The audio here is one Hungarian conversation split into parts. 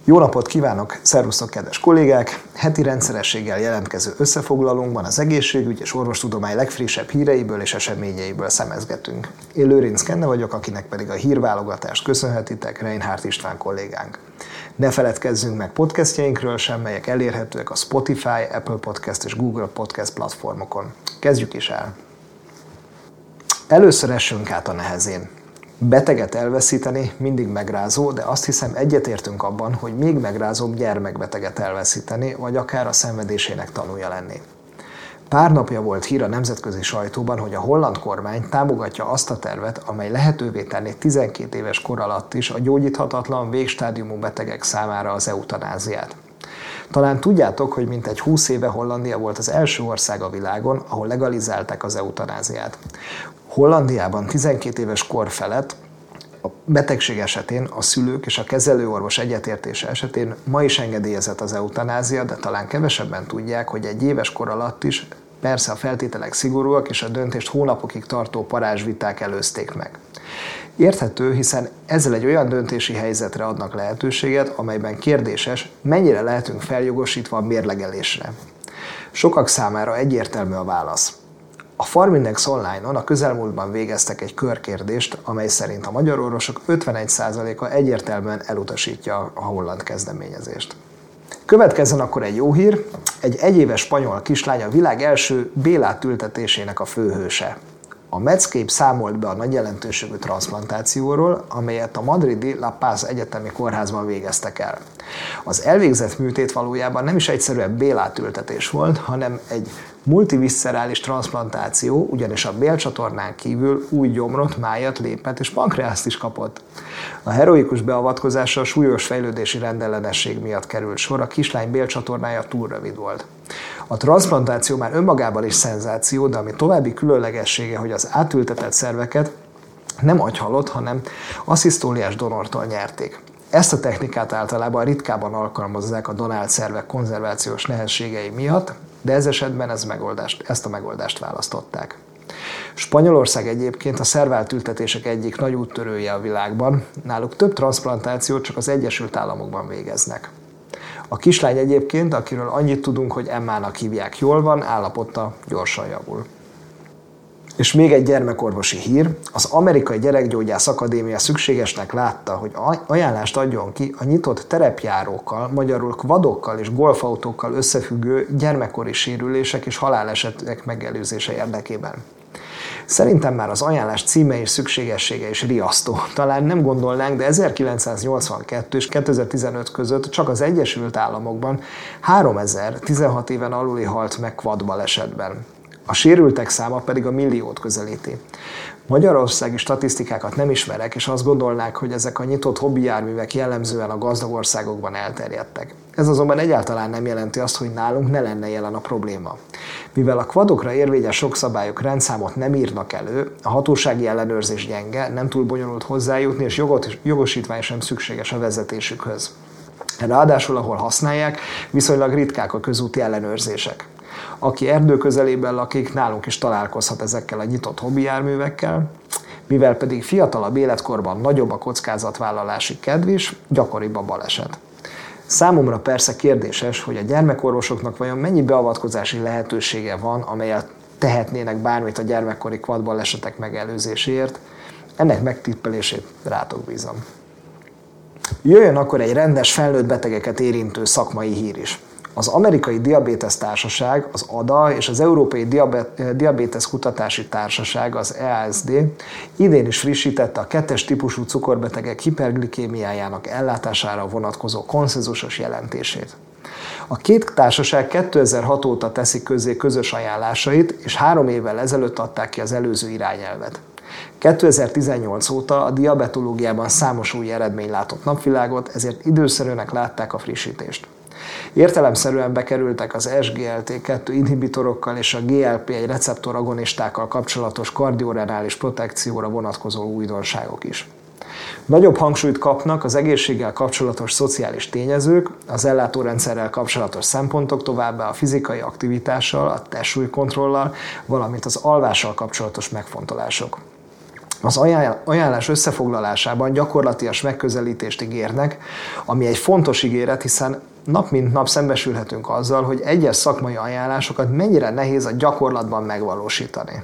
Jó napot kívánok, szervusztok kedves kollégák! Heti rendszerességgel jelentkező összefoglalónkban az egészségügy és orvostudomány legfrissebb híreiből és eseményeiből szemezgetünk. Én Lőrinc Kende vagyok, akinek pedig a hírválogatást köszönhetitek Reinhardt István kollégánk. Ne feledkezzünk meg podcastjainkről sem, melyek elérhetőek a Spotify, Apple Podcast és Google Podcast platformokon. Kezdjük is el! Először essünk át a nehezén. Beteget elveszíteni mindig megrázó, de azt hiszem egyetértünk abban, hogy még megrázóbb gyermekbeteget elveszíteni, vagy akár a szenvedésének tanúja lenni. Pár napja volt hír a nemzetközi sajtóban, hogy a holland kormány támogatja azt a tervet, amely lehetővé tenné 12 éves kor alatt is a gyógyíthatatlan végstádiumú betegek számára az eutanáziát. Talán tudjátok, hogy mintegy 20 éve Hollandia volt az első ország a világon, ahol legalizálták az eutanáziát. Hollandiában 12 éves kor felett a betegség esetén a szülők és a kezelőorvos egyetértése esetén ma is engedélyezett az eutanázia, de talán kevesebben tudják, hogy egy éves kor alatt is persze a feltételek szigorúak és a döntést hónapokig tartó parázsviták előzték meg. Érthető, hiszen ezzel egy olyan döntési helyzetre adnak lehetőséget, amelyben kérdéses, mennyire lehetünk feljogosítva a mérlegelésre. Sokak számára egyértelmű a válasz. A Farmindex Online-on a közelmúltban végeztek egy körkérdést, amely szerint a magyar orvosok 51%-a egyértelműen elutasítja a holland kezdeményezést. Következzen akkor egy jó hír, egy egyéves spanyol kislány a világ első bélát ültetésének a főhőse. A Medscape számolt be a nagy jelentőségű transzplantációról, amelyet a madridi La Paz Egyetemi Kórházban végeztek el. Az elvégzett műtét valójában nem is egyszerűen bélátültetés volt, hanem egy multiviszcerális transzplantáció, ugyanis a bélcsatornán kívül új gyomrot, májat, lépet és pankreászt is kapott. A heroikus beavatkozásra súlyos fejlődési rendellenesség miatt került sor, a kislány bélcsatornája túl rövid volt. A transzplantáció már önmagában is szenzáció, de ami további különlegessége, hogy az átültetett szerveket nem agyhalott, hanem asszisztóliás donortól nyerték. Ezt a technikát általában ritkában alkalmazzák a donált szervek konzervációs nehézségei miatt, de ez esetben ezt a megoldást választották. Spanyolország egyébként a szerváltültetések egyik nagy úttörője a világban, náluk több transzplantációt csak az Egyesült Államokban végeznek. A kislány egyébként, akiről annyit tudunk, hogy Emmának hívják, jól van, állapota gyorsan javul. És még egy gyermekorvosi hír, az Amerikai Gyerekgyógyász Akadémia szükségesnek látta, hogy ajánlást adjon ki a nyitott terepjárókkal, magyarul quadokkal és golfautókkal összefüggő gyermekkori sérülések és halálesetek megelőzése érdekében. Szerintem már az ajánlás címe és szükségessége is riasztó. Talán nem gondolnánk, de 1982 és 2015 között csak az Egyesült Államokban 3000 16 éven aluli halt meg quad balesetben. A sérültek száma pedig a milliót közelíti. Magyarországi statisztikákat nem ismerek, és azt gondolnák, hogy ezek a nyitott hobbijárművek jellemzően a gazdag országokban elterjedtek. Ez azonban egyáltalán nem jelenti azt, hogy nálunk ne lenne jelen a probléma. Mivel a quadokra érvényes jogszabályok rendszámot nem írnak elő, a hatósági ellenőrzés gyenge, nem túl bonyolult hozzájutni, és jogosítvány sem szükséges a vezetésükhöz. Ráadásul, ahol használják, viszonylag ritkák a közúti ellenőrzések. Aki erdő közelében lakik, nálunk is találkozhat ezekkel a nyitott hobbijárművekkel, mivel pedig fiatalabb életkorban nagyobb a kockázatvállalási kedv is, gyakoribb a baleset. Számomra persze kérdéses, hogy a gyermekorvosoknak vajon mennyi beavatkozási lehetősége van, amelyet tehetnének bármit a gyermekkori quad balesetek megelőzéséért. Ennek megtippelését rátok bízom. Jöjjön akkor egy rendes felnőtt betegeket érintő szakmai hír is. Az Amerikai Diabétesz Társaság, az ADA és az Európai Diabétesz Kutatási Társaság, az EASD idén is frissítette a 2-es típusú cukorbetegek hiperglikémiájának ellátására vonatkozó konszenzusos jelentését. A két társaság 2006 óta teszi közzé közös ajánlásait, és 3 évvel ezelőtt adták ki az előző irányelvet. 2018 óta a diabetológiában számos új eredmény látott napvilágot, ezért időszerűnek látták a frissítést. Értelemszerűen bekerültek az SGLT2 inhibitorokkal és a GLP1 receptor agonistákkal kapcsolatos kardiorenális protekcióra vonatkozó újdonságok is. Nagyobb hangsúlyt kapnak az egészséggel kapcsolatos szociális tényezők, az ellátórendszerrel kapcsolatos szempontok, továbbá a fizikai aktivitással, a testsúlykontrollal, valamint az alvással kapcsolatos megfontolások. Az ajánlás összefoglalásában gyakorlatias megközelítést ígérnek, ami egy fontos ígéret, hiszen nap mint nap szembesülhetünk azzal, hogy egyes szakmai ajánlásokat mennyire nehéz a gyakorlatban megvalósítani.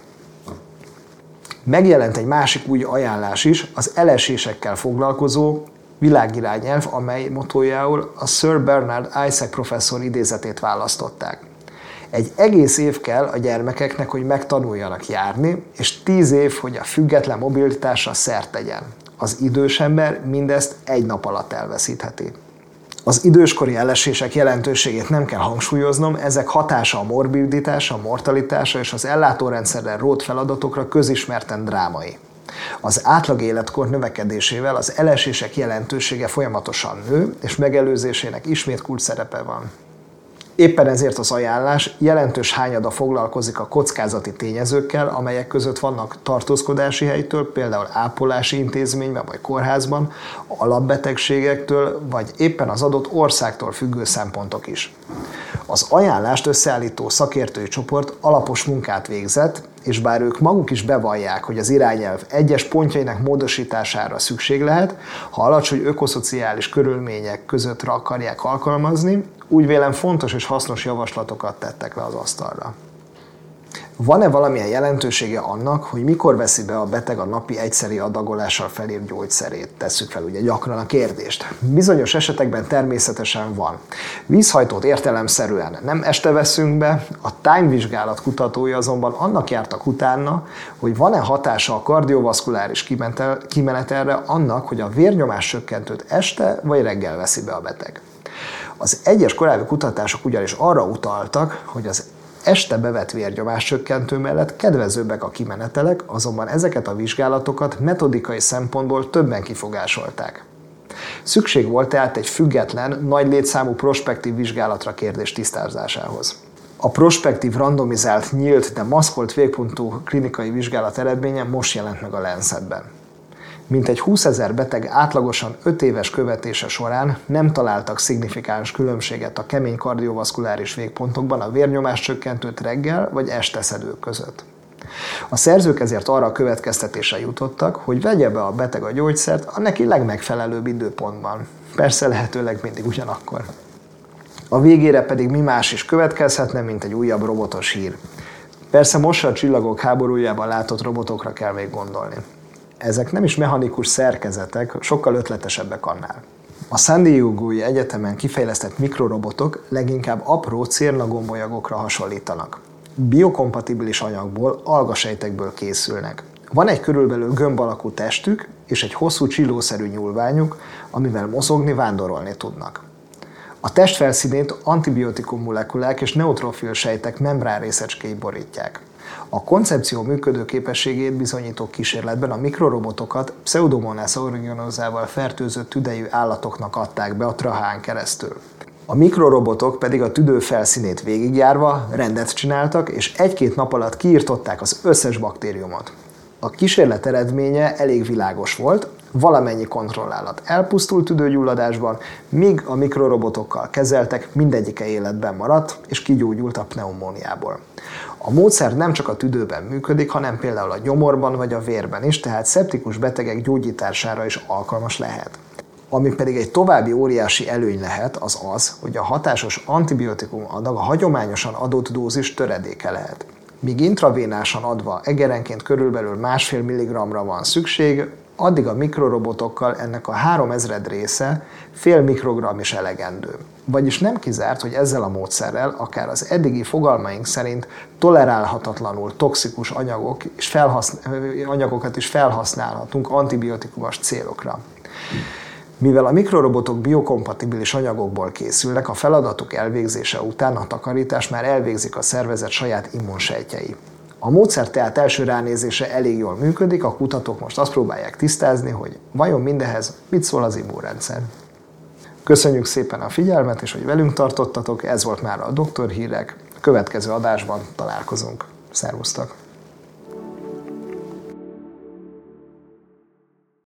Megjelent egy másik új ajánlás is, az elesésekkel foglalkozó világirányelv, amely mottójául a Sir Bernard Isaac professzor idézetét választották. Egy egész év kell a gyermekeknek, hogy megtanuljanak járni, és 10 év, hogy a független mobilitásra szert tegyen. Az idős ember mindezt egy nap alatt elveszítheti. Az időskori elesések jelentőségét nem kell hangsúlyoznom, ezek hatása a morbiditásra, a mortalitásra és az ellátórendszerrel rótt feladatokra közismerten drámai. Az átlag életkor növekedésével az elesések jelentősége folyamatosan nő, és megelőzésének ismét kulcsszerepe van. Éppen ezért az ajánlás jelentős hányada foglalkozik a kockázati tényezőkkel, amelyek között vannak tartózkodási helytől, például ápolási intézményben vagy kórházban, alapbetegségektől, vagy éppen az adott országtól függő szempontok is. Az ajánlást összeállító szakértői csoport alapos munkát végzett, és bár ők maguk is bevallják, hogy az irányelv egyes pontjainak módosítására szükség lehet, ha alacsony ökoszociális körülmények között akarják alkalmazni, úgy vélem fontos és hasznos javaslatokat tettek le az asztalra. Van-e valamilyen jelentősége annak, hogy mikor veszi be a beteg a napi egyszeri adagolással felírt gyógyszerét? Tesszük fel ugye gyakran a kérdést. Bizonyos esetekben természetesen van. Vízhajtót értelemszerűen nem este veszünk be, a Time vizsgálat kutatói azonban annak jártak utána, hogy van-e hatása a kardiovaszkuláris kimenetelre annak, hogy a vérnyomás csökkentőt este vagy reggel veszi be a beteg. Az egyes korábbi kutatások ugyanis arra utaltak, hogy az este bevett vérnyomás csökkentő mellett kedvezőbbek a kimenetelek, azonban ezeket a vizsgálatokat metodikai szempontból többen kifogásolták. Szükség volt tehát egy független, nagy létszámú prospektív vizsgálatra kérdés tisztázásához. A prospektív randomizált, nyílt, de maszkolt végpontú klinikai vizsgálat eredménye most jelent meg a Lancetben. Mintegy 20 000 beteg átlagosan 5 éves követése során nem találtak szignifikáns különbséget a kemény kardiovaszkuláris végpontokban a vérnyomás csökkentőt reggel vagy este szedők között. A szerzők ezért arra a következtetésre jutottak, hogy vegye be a beteg a gyógyszert a neki legmegfelelőbb időpontban. Persze lehetőleg mindig ugyanakkor. A végére pedig mi más is következhetne, mint egy újabb robotos hír. Persze most a Csillagok háborújában látott robotokra kell még gondolni. Ezek nem is mechanikus szerkezetek, sokkal ötletesebbek annál. A San Diego-i egyetemen kifejlesztett mikrorobotok leginkább apró cérnagombolyagokra hasonlítanak. Biokompatibilis anyagból, algasejtekből készülnek. Van egy körülbelül gömb alakú testük és egy hosszú csillószerű nyúlványuk, amivel mozogni, vándorolni tudnak. A test felszínét antibiotikum molekulák és neutrofil sejtek membránrészecskéi borítják. A koncepció működőképességét bizonyító kísérletben a mikrorobotokat Pseudomonas aeruginosa-val fertőzött tüdejű állatoknak adták be a trachán keresztül. A mikrorobotok pedig a tüdő felszínét végigjárva rendet csináltak, és 1-2 nap alatt kiirtották az összes baktériumot. A kísérlet eredménye elég világos volt, valamennyi kontrollállat elpusztult tüdőgyulladásban, míg a mikrorobotokkal kezeltek, mindegyike életben maradt, és kigyógyult a pneumóniából. A módszer nem csak a tüdőben működik, hanem például a gyomorban vagy a vérben is, tehát szeptikus betegek gyógyítására is alkalmas lehet. Ami pedig egy további óriási előny lehet, az, hogy a hatásos antibiotikum adag a hagyományosan adott dózis töredéke lehet. Míg intravénásan adva egerenként körülbelül 1,5 mg-ra van szükség, addig a mikrorobotokkal ennek a 3000 része fél mikrogramm is elegendő. Vagyis nem kizárt, hogy ezzel a módszerrel akár az eddigi fogalmaink szerint tolerálhatatlanul toxikus anyagokat is felhasználhatunk antibiotikumos célokra. Mivel a mikrorobotok biokompatibilis anyagokból készülnek, a feladatuk elvégzése után a takarítást már elvégzik a szervezet saját immunsejtjei. A módszer tehát első ránézésre elég jól működik, a kutatók most azt próbálják tisztázni, hogy vajon mindehez mit szól az immunrendszer. Köszönjük szépen a figyelmet, és hogy velünk tartottatok, ez volt már a Doktor Hírek. Következő adásban találkozunk. Szervusztok!